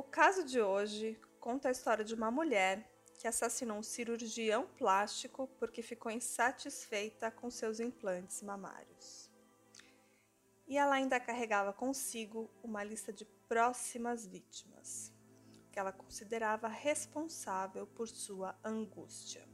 O caso de hoje conta a história de uma mulher que assassinou um cirurgião plástico porque ficou insatisfeita com seus implantes mamários. E ela ainda carregava consigo uma lista de próximas vítimas, que ela considerava responsável por sua angústia.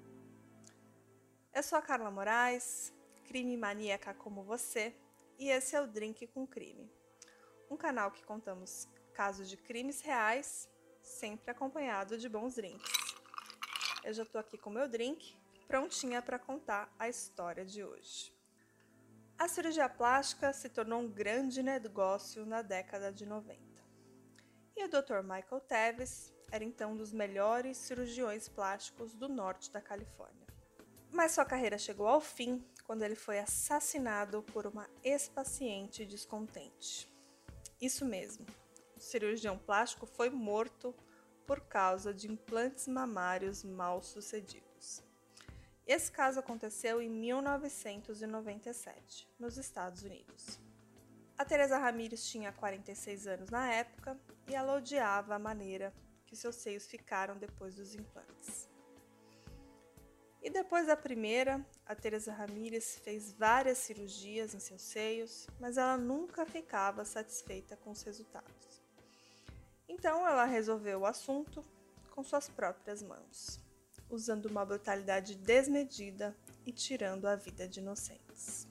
Eu sou a Carla Moraes, crime maníaca como você, e esse é o Drink com Crime, um canal que contamos casos de crimes reais, sempre acompanhado de bons drinks. Eu já tô aqui com meu drink, prontinha para contar a história de hoje. A cirurgia plástica se tornou um grande negócio na década de 90. E o Dr. Michael Tevis era então um dos melhores cirurgiões plásticos do norte da Califórnia. Mas sua carreira chegou ao fim quando ele foi assassinado por uma ex-paciente descontente. Isso mesmo, o cirurgião plástico foi morto por causa de implantes mamários mal sucedidos. Esse caso aconteceu em 1997, nos Estados Unidos. A Teresa Ramírez tinha 46 anos na época e ela odiava a maneira que seus seios ficaram depois dos implantes. E depois da primeira, a Teresa Ramírez fez várias cirurgias em seus seios, mas ela nunca ficava satisfeita com os resultados. Então ela resolveu o assunto com suas próprias mãos, usando uma brutalidade desmedida e tirando a vida de inocentes.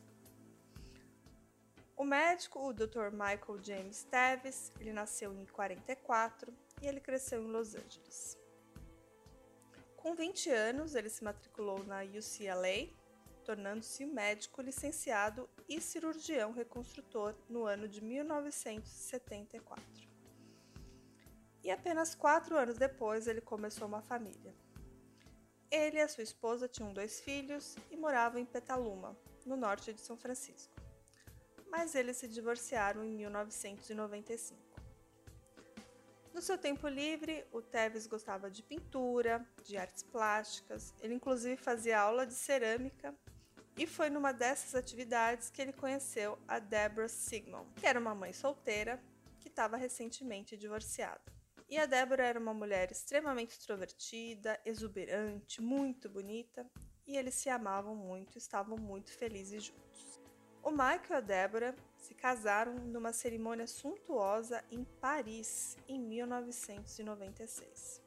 O médico, o Dr. Michael James Tevis, ele nasceu em 1944 e ele cresceu em Los Angeles. Com 20 anos, ele se matriculou na UCLA, tornando-se médico licenciado e cirurgião reconstrutor no ano de 1974. E apenas 4 anos depois, ele começou uma família. Ele e a sua esposa tinham 2 filhos e moravam em Petaluma, no norte de São Francisco. Mas eles se divorciaram em 1995. No seu tempo livre, o Tevis gostava de pintura, de artes plásticas, ele inclusive fazia aula de cerâmica e foi numa dessas atividades que ele conheceu a Deborah Sigmund, que era uma mãe solteira que estava recentemente divorciada. E a Deborah era uma mulher extremamente extrovertida, exuberante, muito bonita, e eles se amavam muito e estavam muito felizes juntos. O Michael e a Deborah se casaram numa cerimônia suntuosa em Paris, em 1996.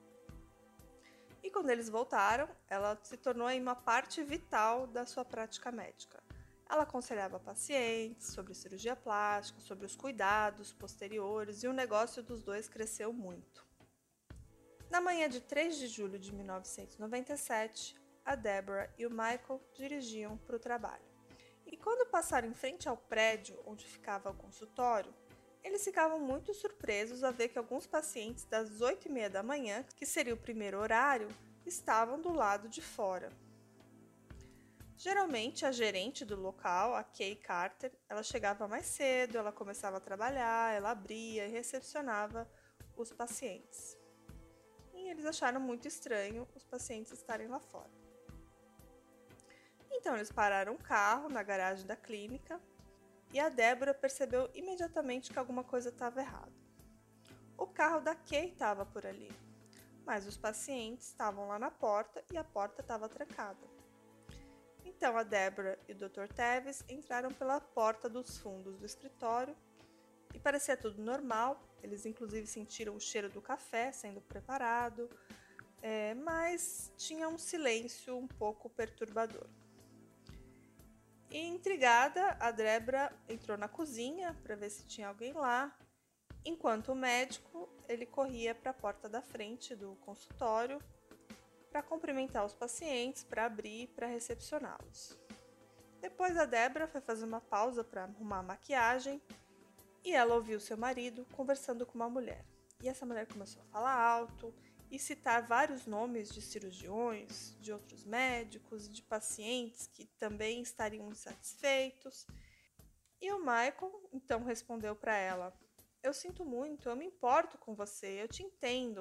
E quando eles voltaram, ela se tornou uma parte vital da sua prática médica. Ela aconselhava pacientes sobre cirurgia plástica, sobre os cuidados posteriores, e o negócio dos dois cresceu muito. Na manhã de 3 de julho de 1997, a Deborah e o Michael dirigiam para o trabalho. E quando passaram em frente ao prédio onde ficava o consultório, eles ficavam muito surpresos a ver que alguns pacientes das 8h30 da manhã, que seria o primeiro horário, estavam do lado de fora. Geralmente a gerente do local, a Kay Carter, ela chegava mais cedo, ela começava a trabalhar, ela abria e recepcionava os pacientes. E eles acharam muito estranho os pacientes estarem lá fora. Então eles pararam o carro na garagem da clínica e a Deborah percebeu imediatamente que alguma coisa estava errada. O carro da Kay estava por ali, mas os pacientes estavam lá na porta e a porta estava trancada. Então a Deborah e o Dr. Tevis entraram pela porta dos fundos do escritório e parecia tudo normal, eles inclusive sentiram o cheiro do café sendo preparado, mas tinha um silêncio um pouco perturbador. E intrigada, a Deborah entrou na cozinha para ver se tinha alguém lá, enquanto o médico ele corria para a porta da frente do consultório para cumprimentar os pacientes, para abrir e para recepcioná-los. Depois a Deborah foi fazer uma pausa para arrumar a maquiagem e ela ouviu seu marido conversando com uma mulher. E essa mulher começou a falar alto e citar vários nomes de cirurgiões, de outros médicos, de pacientes que também estariam insatisfeitos. E o Michael então respondeu para ela: "Eu sinto muito, eu me importo com você, eu te entendo."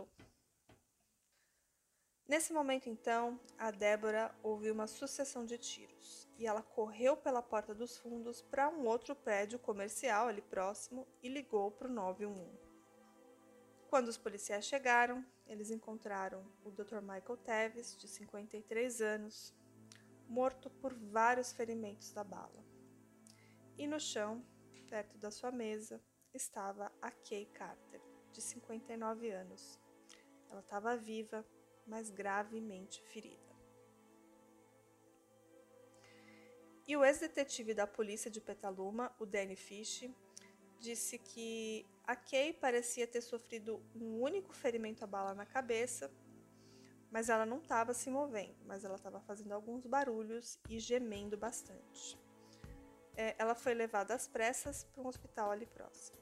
Nesse momento então, a Deborah ouviu uma sucessão de tiros e ela correu pela porta dos fundos para um outro prédio comercial ali próximo e ligou para o 911. Quando os policiais chegaram, eles encontraram o Dr. Michael Tevis, de 53 anos, morto por vários ferimentos da bala. E no chão, perto da sua mesa, estava a Kay Carter, de 59 anos. Ela estava viva, mas gravemente ferida. E o ex-detetive da polícia de Petaluma, o Danny Fish, disse que a Kay parecia ter sofrido um único ferimento à bala na cabeça, mas ela não estava se movendo, mas ela estava fazendo alguns barulhos e gemendo bastante. Ela foi levada às pressas para um hospital ali próximo.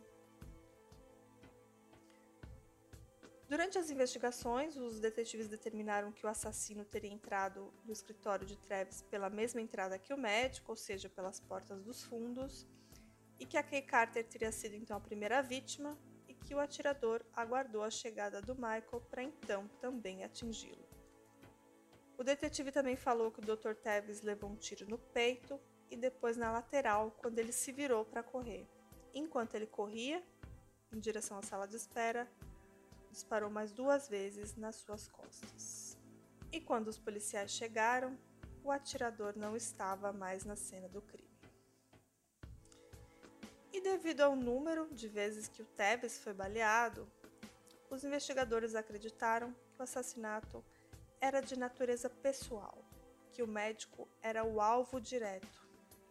Durante as investigações, os detetives determinaram que o assassino teria entrado no escritório de Travis pela mesma entrada que o médico, ou seja, pelas portas dos fundos, e que a Kay Carter teria sido então a primeira vítima e que o atirador aguardou a chegada do Michael para então também atingi-lo. O detetive também falou que o Dr. Tevis levou um tiro no peito e depois na lateral quando ele se virou para correr. Enquanto ele corria em direção à sala de espera, disparou mais 2 vezes nas suas costas. E quando os policiais chegaram, o atirador não estava mais na cena do crime. E devido ao número de vezes que o Tevis foi baleado, os investigadores acreditaram que o assassinato era de natureza pessoal, que o médico era o alvo direto.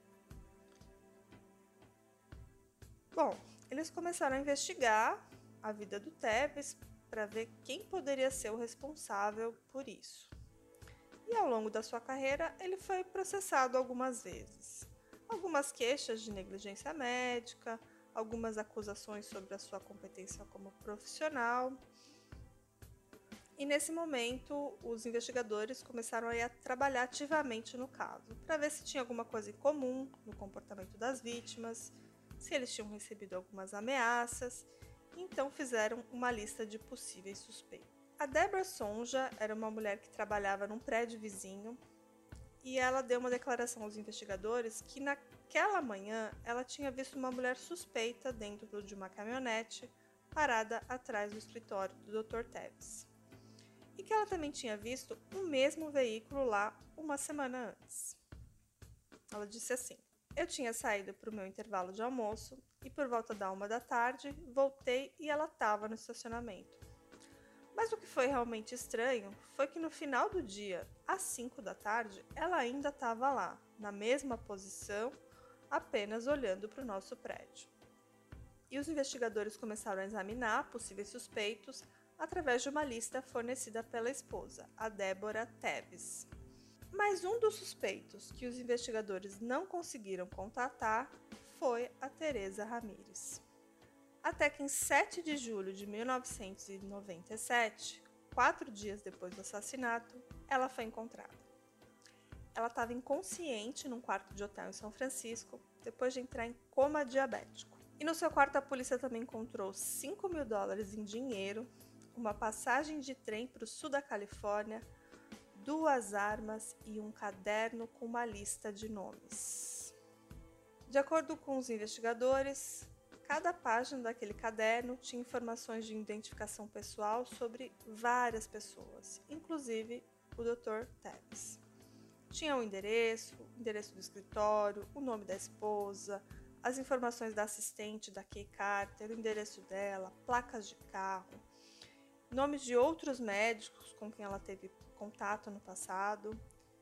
Bom, eles começaram a investigar a vida do Tevis para ver quem poderia ser o responsável por isso. E ao longo da sua carreira, ele foi processado algumas vezes. Algumas queixas de negligência médica, algumas acusações sobre a sua competência como profissional. E nesse momento, os investigadores começaram a trabalhar ativamente no caso, para ver se tinha alguma coisa em comum no comportamento das vítimas, se eles tinham recebido algumas ameaças. Então fizeram uma lista de possíveis suspeitos. A Deborah Sonja era uma mulher que trabalhava num prédio vizinho e ela deu uma declaração aos investigadores que naquela manhã ela tinha visto uma mulher suspeita dentro de uma caminhonete parada atrás do escritório do Dr. Tevis. E que ela também tinha visto o mesmo veículo lá uma semana antes. Ela disse assim: eu tinha saído para o meu intervalo de almoço e por volta da 1 da tarde voltei e ela estava no estacionamento. Mas o que foi realmente estranho foi que no final do dia, às 5 da tarde, ela ainda estava lá, na mesma posição, apenas olhando para o nosso prédio. E os investigadores começaram a examinar possíveis suspeitos através de uma lista fornecida pela esposa, a Deborah Tevis. Mas um dos suspeitos que os investigadores não conseguiram contatar foi a Teresa Ramírez. Até que em 7 de julho de 1997, 4 dias depois do assassinato, ela foi encontrada. Ela estava inconsciente num quarto de hotel em São Francisco, depois de entrar em coma diabético. E no seu quarto a polícia também encontrou $5.000 em dinheiro, uma passagem de trem para o sul da Califórnia, 2 armas e um caderno com uma lista de nomes. De acordo com os investigadores, cada página daquele caderno tinha informações de identificação pessoal sobre várias pessoas, inclusive o Dr. Tevis. Tinha o endereço do escritório, o nome da esposa, as informações da assistente da Kay Carter, o endereço dela, placas de carro, nomes de outros médicos com quem ela teve contato no passado,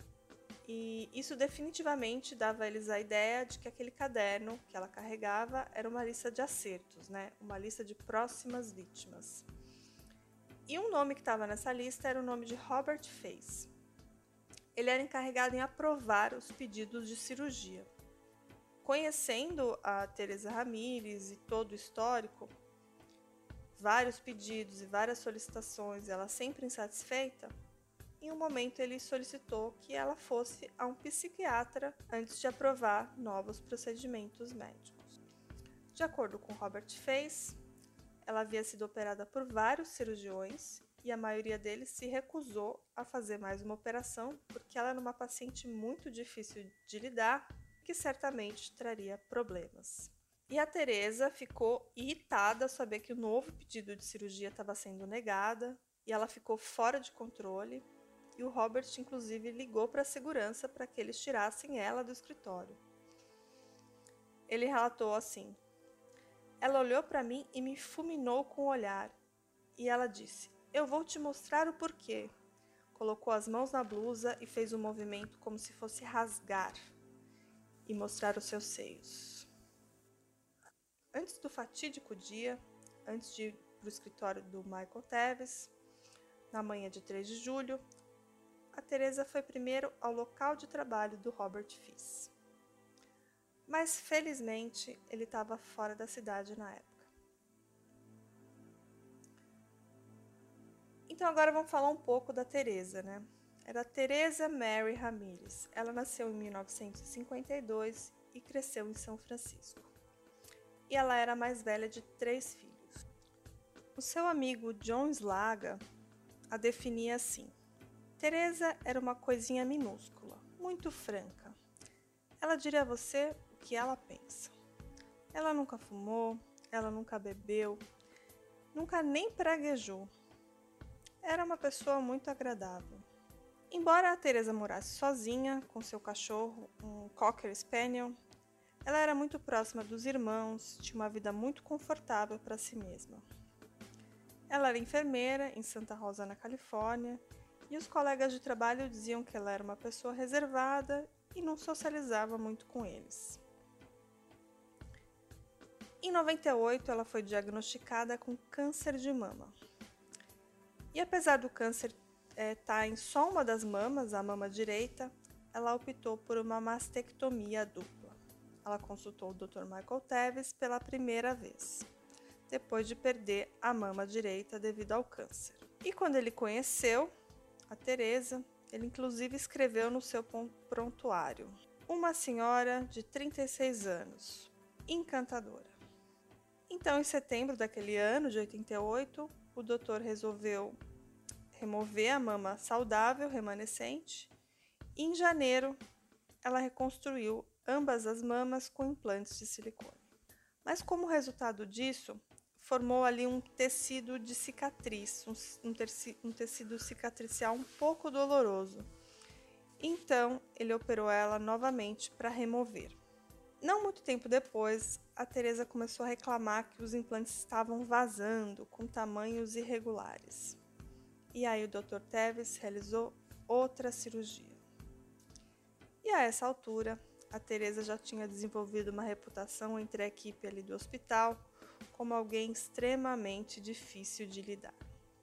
e isso definitivamente dava a eles a ideia de que aquele caderno que ela carregava era uma lista de acertos, né? Uma lista de próximas vítimas. E um nome que estava nessa lista era o nome de Robert Face. Ele era encarregado em aprovar os pedidos de cirurgia. Conhecendo a Teresa Ramírez e todo o histórico, vários pedidos e várias solicitações, ela sempre insatisfeita, em um momento ele solicitou que ela fosse a um psiquiatra antes de aprovar novos procedimentos médicos. De acordo com Robert Face, ela havia sido operada por vários cirurgiões e a maioria deles se recusou a fazer mais uma operação porque ela era uma paciente muito difícil de lidar que certamente traria problemas. E a Teresa ficou irritada ao saber que o novo pedido de cirurgia estava sendo negado e ela ficou fora de controle. E o Robert, inclusive, ligou para a segurança para que eles tirassem ela do escritório. Ele relatou assim: ela olhou para mim e me fulminou com o olhar. E ela disse: eu vou te mostrar o porquê. Colocou as mãos na blusa e fez um movimento como se fosse rasgar e mostrar os seus seios. Antes do fatídico dia, antes de ir para o escritório do Michael Tevis, na manhã de 3 de julho, a Teresa foi primeiro ao local de trabalho do Robert Fiss. Mas, felizmente, ele estava fora da cidade na época. Então, agora vamos falar um pouco da Teresa, né? Era Teresa Mary Ramirez. Ela nasceu em 1952 e cresceu em São Francisco. E ela era a mais velha de 3 filhos. O seu amigo John Slaga a definia assim: Teresa era uma coisinha minúscula, muito franca. Ela diria a você o que ela pensa. Ela nunca fumou, ela nunca bebeu, nunca nem praguejou. Era uma pessoa muito agradável. Embora a Teresa morasse sozinha com seu cachorro, um Cocker Spaniel, ela era muito próxima dos irmãos, tinha uma vida muito confortável para si mesma. Ela era enfermeira em Santa Rosa, na Califórnia, e os colegas de trabalho diziam que ela era uma pessoa reservada e não socializava muito com eles. Em 98, ela foi diagnosticada com câncer de mama. E apesar do câncer estar em só uma das mamas, a mama direita, ela optou por uma mastectomia dupla. Ela consultou o Dr. Michael Tevis pela primeira vez, depois de perder a mama direita devido ao câncer. E quando ele conheceu a Teresa, ele inclusive escreveu no seu prontuário: uma senhora de 36 anos, encantadora. Então, em setembro daquele ano, de 88, o doutor resolveu remover a mama saudável remanescente e em janeiro ela reconstruiu ambas as mamas com implantes de silicone. Mas como resultado disso, formou ali um tecido de cicatriz, um tecido cicatricial um pouco doloroso. Então, ele operou ela novamente para remover. Não muito tempo depois, a Teresa começou a reclamar que os implantes estavam vazando com tamanhos irregulares. E aí o Dr. Tevis realizou outra cirurgia. E a essa altura, a Teresa já tinha desenvolvido uma reputação entre a equipe ali do hospital como alguém extremamente difícil de lidar.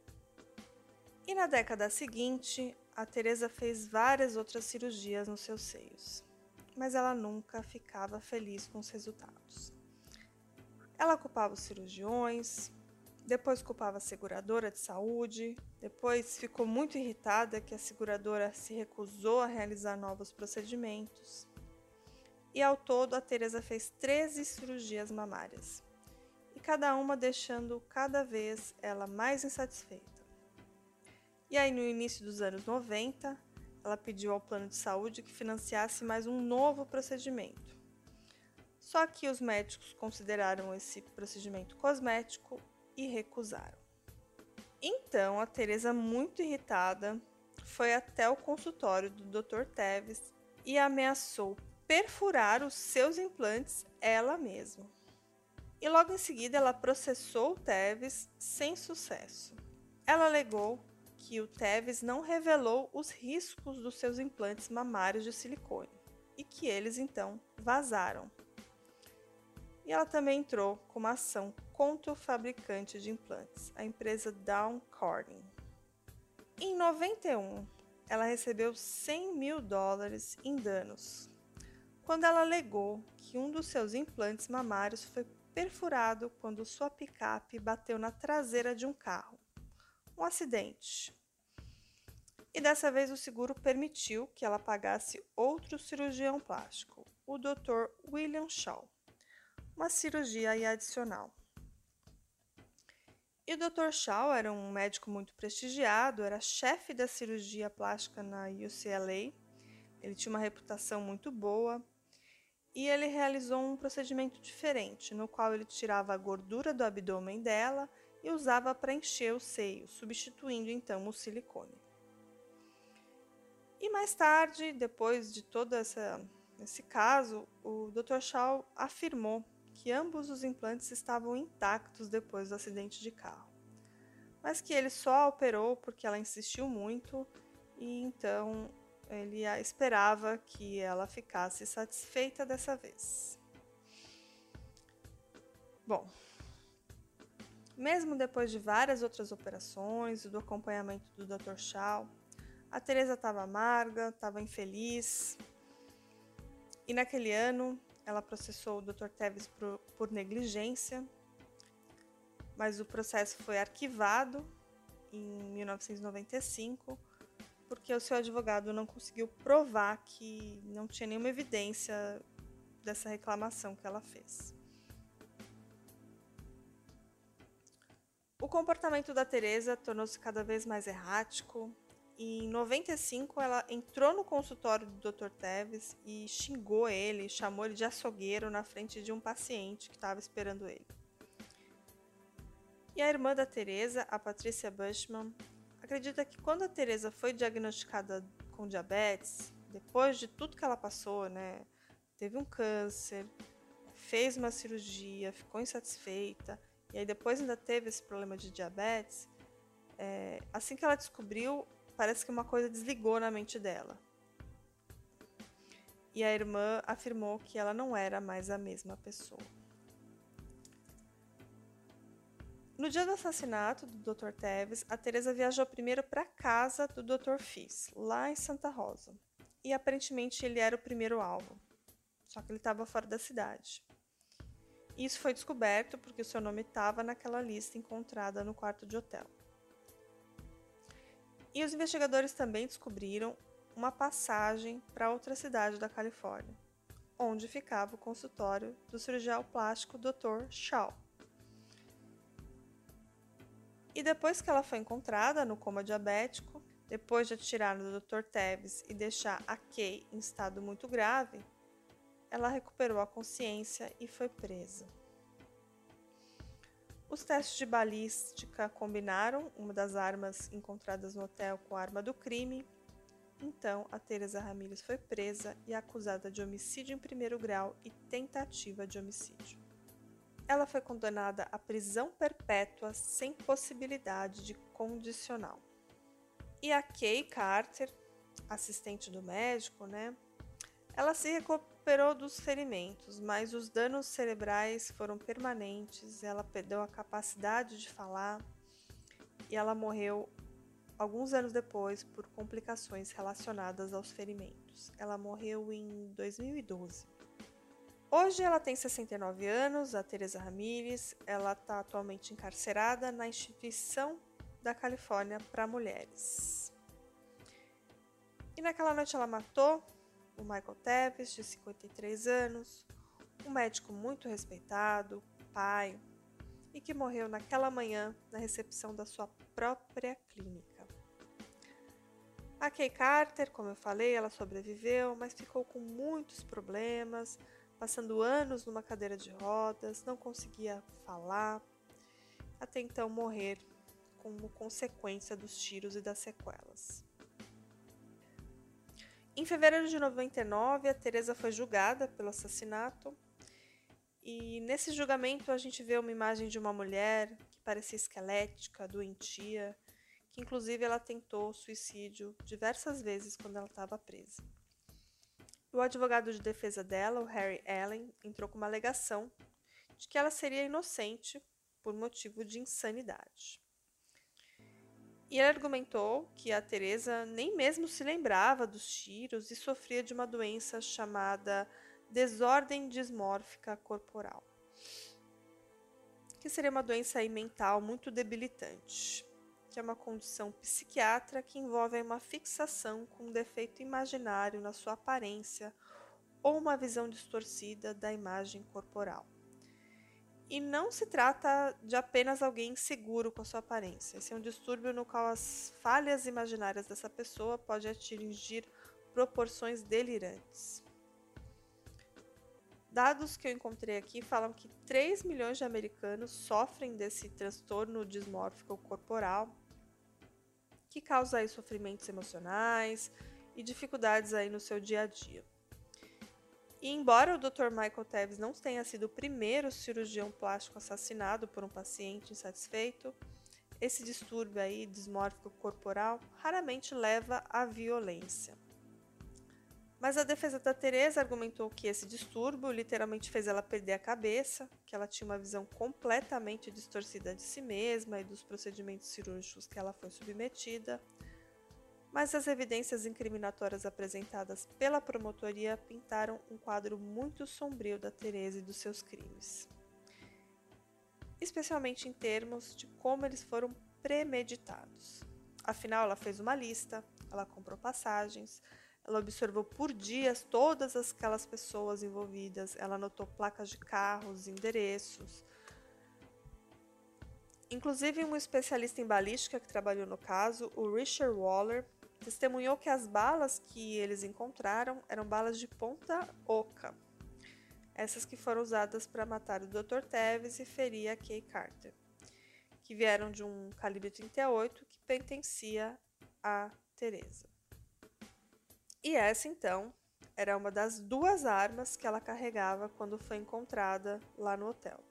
E na década seguinte, a Teresa fez várias outras cirurgias nos seus seios, mas ela nunca ficava feliz com os resultados. Ela culpava os cirurgiões, depois culpava a seguradora de saúde, depois ficou muito irritada que a seguradora se recusou a realizar novos procedimentos. E ao todo, a Teresa fez 13 cirurgias mamárias, e cada uma deixando cada vez ela mais insatisfeita. E aí, no início dos anos 90, ela pediu ao plano de saúde que financiasse mais um novo procedimento. Só que os médicos consideraram esse procedimento cosmético e recusaram. Então, a Teresa, muito irritada, foi até o consultório do Dr. Tevis e ameaçou perfurar os seus implantes ela mesma. E logo em seguida, ela processou o Tevis sem sucesso. Ela alegou que o Tevis não revelou os riscos dos seus implantes mamários de silicone e que eles, então, vazaram. E ela também entrou com uma ação contra o fabricante de implantes, a empresa Dow Corning. Em 91, ela recebeu $100 mil em danos, quando ela alegou que um dos seus implantes mamários foi perfurado quando sua picape bateu na traseira de um carro. Um acidente. E dessa vez o seguro permitiu que ela pagasse outro cirurgião plástico, o Dr. William Shaw, uma cirurgia adicional. E o Dr. Shaw era um médico muito prestigiado, era chefe da cirurgia plástica na UCLA, ele tinha uma reputação muito boa e ele realizou um procedimento diferente, no qual ele tirava a gordura do abdômen dela e usava para encher o seio, substituindo então o silicone. E mais tarde, depois de todo esse caso, o Dr. Shaw afirmou que ambos os implantes estavam intactos depois do acidente de carro, mas que ele só a operou porque ela insistiu muito e então ele esperava que ela ficasse satisfeita dessa vez. Bom, mesmo depois de várias outras operações e do acompanhamento do Dr. Shaw, a Teresa estava amarga, estava infeliz. E naquele ano, ela processou o Dr. Tevis por negligência, mas o processo foi arquivado em 1995, porque o seu advogado não conseguiu provar que não tinha nenhuma evidência dessa reclamação que ela fez. O comportamento da Teresa tornou-se cada vez mais errático e em 95 ela entrou no consultório do Dr. Tevis e xingou ele, chamou ele de açougueiro na frente de um paciente que estava esperando ele. E a irmã da Teresa, a Patricia Bushman, acredita que quando a Teresa foi diagnosticada com diabetes, depois de tudo que ela passou, né, teve um câncer, fez uma cirurgia, ficou insatisfeita, e aí depois ainda teve esse problema de diabetes, assim que ela descobriu, parece que uma coisa desligou na mente dela. E a irmã afirmou que ela não era mais a mesma pessoa. No dia do assassinato do Dr. Tevis, a Teresa viajou primeiro para a casa do Dr. Fish, lá em Santa Rosa. E aparentemente ele era o primeiro alvo, só que ele estava fora da cidade. Isso foi descoberto porque o seu nome estava naquela lista encontrada no quarto de hotel. E os investigadores também descobriram uma passagem para outra cidade da Califórnia, onde ficava o consultório do cirurgião plástico Dr. Shaw. E depois que ela foi encontrada no coma diabético, depois de atirar no Dr. Tevis e deixar a Kay em estado muito grave, ela recuperou a consciência e foi presa. Os testes de balística combinaram uma das armas encontradas no hotel com a arma do crime. Então, a Teresa Ramírez foi presa e acusada de homicídio em primeiro grau e tentativa de homicídio. Ela foi condenada à prisão perpétua sem possibilidade de condicional. E a Kay Carter, assistente do médico, ela se recuperou dos ferimentos, mas os danos cerebrais foram permanentes, ela perdeu a capacidade de falar e ela morreu alguns anos depois por complicações relacionadas aos ferimentos. Ela morreu em 2012. Hoje ela tem 69 anos, a Teresa Ramírez, ela está atualmente encarcerada na instituição da Califórnia para mulheres. E naquela noite ela matou o Michael Tevis, de 53 anos, um médico muito respeitado, pai, e que morreu naquela manhã na recepção da sua própria clínica. A Kay Carter, como eu falei, ela sobreviveu, mas ficou com muitos problemas, passando anos numa cadeira de rodas, não conseguia falar, até então morrer como consequência dos tiros e das sequelas. Em fevereiro de 99, a Teresa foi julgada pelo assassinato e nesse julgamento a gente vê uma imagem de uma mulher que parecia esquelética, doentia, que inclusive ela tentou suicídio diversas vezes quando ela estava presa. O advogado de defesa dela, o Harry Allen, entrou com uma alegação de que ela seria inocente por motivo de insanidade. E ele argumentou que a Teresa nem mesmo se lembrava dos tiros e sofria de uma doença chamada desordem dismórfica corporal, que seria uma doença mental muito debilitante, que é uma condição psiquiátrica que envolve uma fixação com um defeito imaginário na sua aparência ou uma visão distorcida da imagem corporal. E não se trata de apenas alguém inseguro com a sua aparência. Esse é um distúrbio no qual as falhas imaginárias dessa pessoa podem atingir proporções delirantes. Dados que eu encontrei aqui falam que 3 milhões de americanos sofrem desse transtorno dismórfico corporal, que causa aí sofrimentos emocionais e dificuldades aí no seu dia a dia. E embora o Dr. Michael Tevis não tenha sido o primeiro cirurgião plástico assassinado por um paciente insatisfeito, esse distúrbio aí dismórfico corporal raramente leva à violência. Mas a defesa da Teresa argumentou que esse distúrbio literalmente fez ela perder a cabeça, que ela tinha uma visão completamente distorcida de si mesma e dos procedimentos cirúrgicos que ela foi submetida. Mas as evidências incriminatórias apresentadas pela promotoria pintaram um quadro muito sombrio da Teresa e dos seus crimes, especialmente em termos de como eles foram premeditados. Afinal, ela fez uma lista, ela comprou passagens, ela observou por dias todas aquelas pessoas envolvidas, ela anotou placas de carros, endereços. Inclusive, um especialista em balística que trabalhou no caso, o Richard Waller, testemunhou que as balas que eles encontraram eram balas de ponta oca, essas que foram usadas para matar o Dr. Tevis e ferir a Kay Carter, que vieram de um calibre 38 que pertencia a Teresa. E essa, então, era uma das 2 armas que ela carregava quando foi encontrada lá no hotel.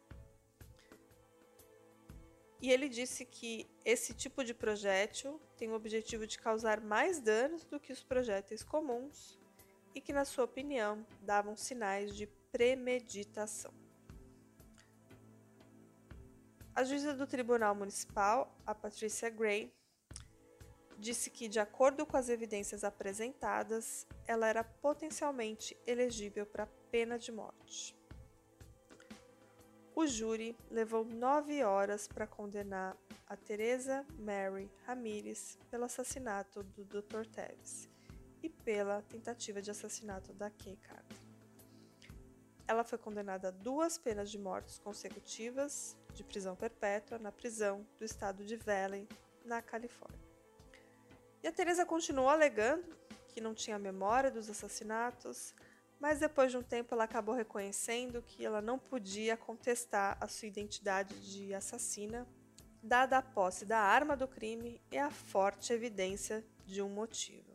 E ele disse que esse tipo de projétil tem o objetivo de causar mais danos do que os projéteis comuns e que, na sua opinião, davam sinais de premeditação. A juíza do Tribunal Municipal, a Patricia Gray, disse que, de acordo com as evidências apresentadas, ela era potencialmente elegível para pena de morte. O júri levou 9 horas para condenar a Teresa Mary Ramirez pelo assassinato do Dr. Tevis e pela tentativa de assassinato da Kay Carter. Ela foi condenada a 2 penas de morte consecutivas de prisão perpétua na prisão do estado de Valley, na Califórnia. E a Teresa continuou alegando que não tinha memória dos assassinatos, mas depois de um tempo ela acabou reconhecendo que ela não podia contestar a sua identidade de assassina, dada a posse da arma do crime e a forte evidência de um motivo.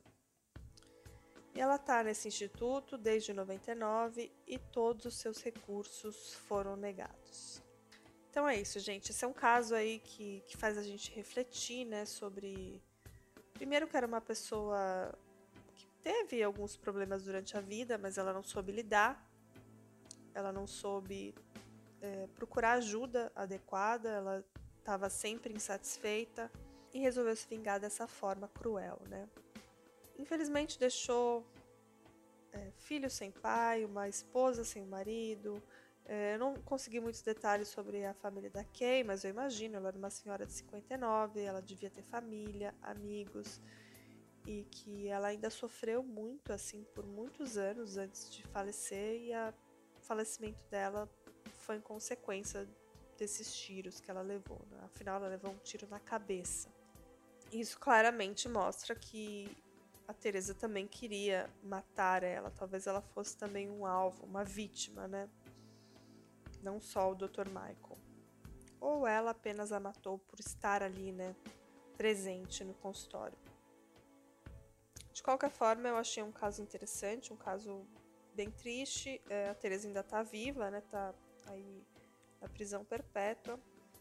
E ela está nesse instituto desde 99 e todos os seus recursos foram negados. Então é isso, gente. Esse é um caso aí que faz a gente refletir, né, sobre... Primeiro que era uma pessoa que teve alguns problemas durante a vida, mas ela não soube lidar, ela não soube procurar ajuda adequada, ela estava sempre insatisfeita e resolveu se vingar dessa forma cruel, né? Infelizmente deixou filho sem pai, uma esposa sem marido. Eu não consegui muitos detalhes sobre a família da Kay, mas eu imagino, ela era uma senhora de 59, ela devia ter família, amigos, e que ela ainda sofreu muito, assim, por muitos anos antes de falecer, e o falecimento dela foi em consequência desses tiros que ela levou, né? Afinal, ela levou um tiro na cabeça. Isso claramente mostra que a Teresa também queria matar ela, talvez ela fosse também um alvo, uma vítima, né? Não só o Dr. Michael. Ou ela apenas a matou por estar ali, né, presente no consultório. De qualquer forma, eu achei um caso interessante, um caso bem triste. A Teresa ainda tá viva, né, tá aí na prisão perpétua.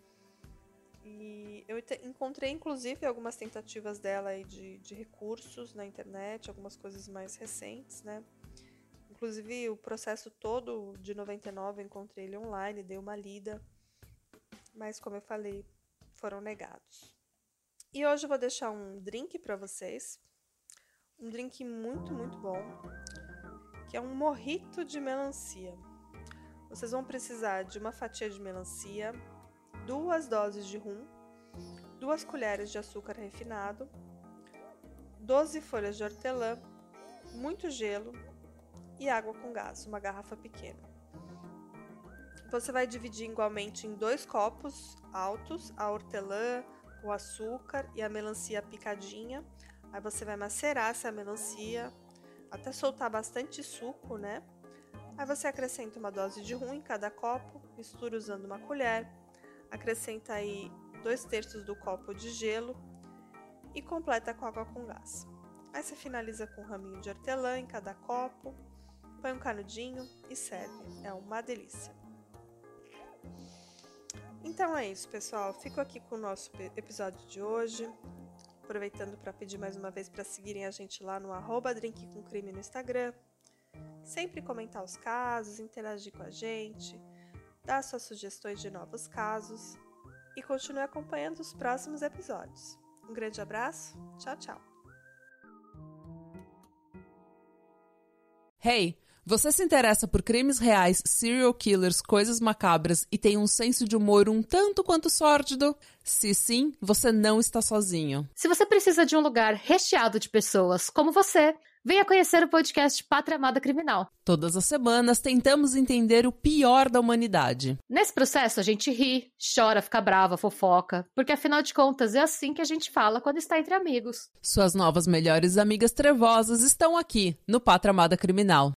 E eu encontrei, inclusive, algumas tentativas dela aí de recursos na internet, algumas coisas mais recentes, né. Inclusive, o processo todo de 99 eu encontrei ele online, dei uma lida, mas, como eu falei, foram negados. E hoje eu vou deixar um drink para vocês, um drink muito, muito bom, que é um mojito de melancia. Vocês vão precisar de uma fatia de melancia, 2 doses de rum, 2 colheres de açúcar refinado, 12 folhas de hortelã, muito gelo e água com gás, uma garrafa pequena. Você vai dividir igualmente em 2 copos altos a hortelã, o açúcar e a melancia picadinha. Aí você vai macerar essa melancia até soltar bastante suco, né? Aí você acrescenta uma dose de rum em cada copo, mistura usando uma colher, acrescenta aí 2/3 do copo de gelo e completa com água com gás. Aí você finaliza com um raminho de hortelã em cada copo, põe um canudinho e serve. É uma delícia. Então é isso, pessoal. Fico aqui com o nosso episódio de hoje. Aproveitando para pedir mais uma vez para seguirem a gente lá no @drinkcomcrime no Instagram. Sempre comentar os casos, interagir com a gente, dar suas sugestões de novos casos e continue acompanhando os próximos episódios. Um grande abraço, tchau, tchau! Hey, você se interessa por crimes reais, serial killers, coisas macabras e tem um senso de humor um tanto quanto sórdido? Se sim, você não está sozinho. Se você precisa de um lugar recheado de pessoas como você, venha conhecer o podcast Pátria Amada Criminal. Todas as semanas tentamos entender o pior da humanidade. Nesse processo a gente ri, chora, fica brava, fofoca, porque afinal de contas é assim que a gente fala quando está entre amigos. Suas novas melhores amigas trevosas estão aqui no Pátria Amada Criminal.